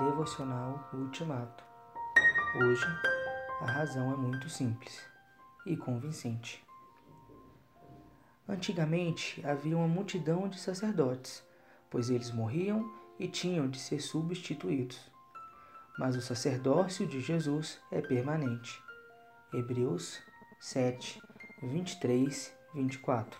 Devocional Ultimato. Hoje, a razão é muito simples e convincente. Antigamente, havia uma multidão de sacerdotes, pois eles morriam e tinham de ser substituídos. Mas o sacerdócio de Jesus é permanente. Hebreus 7, 23, 24.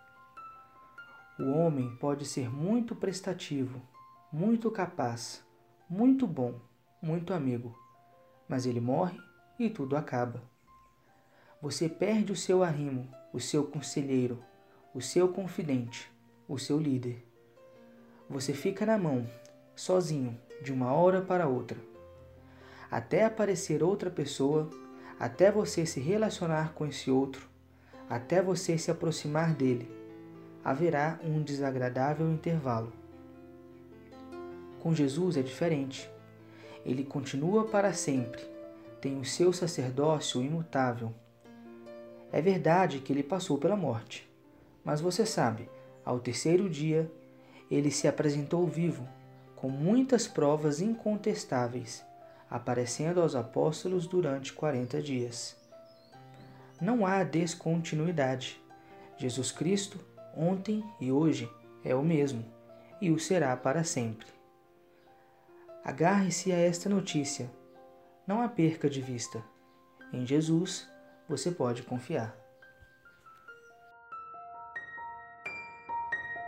O homem pode ser muito prestativo, muito capaz, muito bom, muito amigo, mas ele morre e tudo acaba. Você perde o seu arrimo, o seu conselheiro, o seu confidente, o seu líder. Você fica na mão, sozinho, de uma hora para outra. Até aparecer outra pessoa, até você se relacionar com esse outro, até você se aproximar dele, haverá um desagradável intervalo. Com Jesus é diferente. Ele continua para sempre, tem o seu sacerdócio imutável. É verdade que ele passou pela morte, mas você sabe, ao terceiro dia, ele se apresentou vivo, com muitas provas incontestáveis, aparecendo aos apóstolos durante 40 dias. Não há descontinuidade. Jesus Cristo, ontem e hoje, é o mesmo, e o será para sempre. Agarre-se a esta notícia. Não a perca de vista. Em Jesus, você pode confiar.